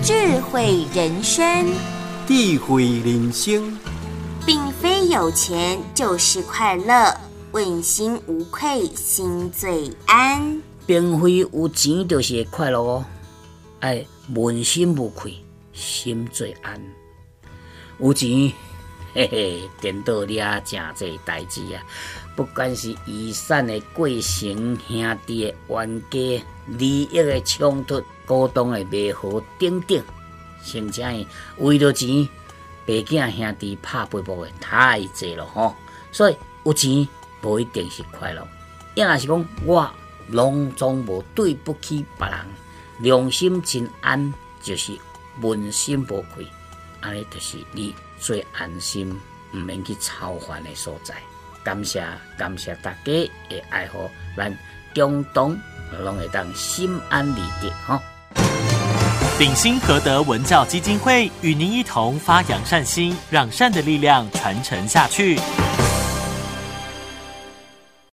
智慧人生， 智慧人生， 并非有钱就是快乐，问心无愧心最安。 并非有钱就是会快乐哦，爱问心无愧心最安。有钱，嘿嘿，颠倒了真侪代志啊！不管是遗产的过程、兄弟的冤家、利益的冲突、股东的卖好等等，甚至为了钱，爸囝兄弟拍背部的太济了吼。所以有钱无一定是快乐，也若是讲我拢总无对不起别人，良心真安，就是问心无愧，安尼就是你最安心，唔免去操烦的所在。感谢大家的爱护，咱中东拢会当心安理得吼。 鼎新和德文教基金会与您一同发扬善心，让善的力量传承下去。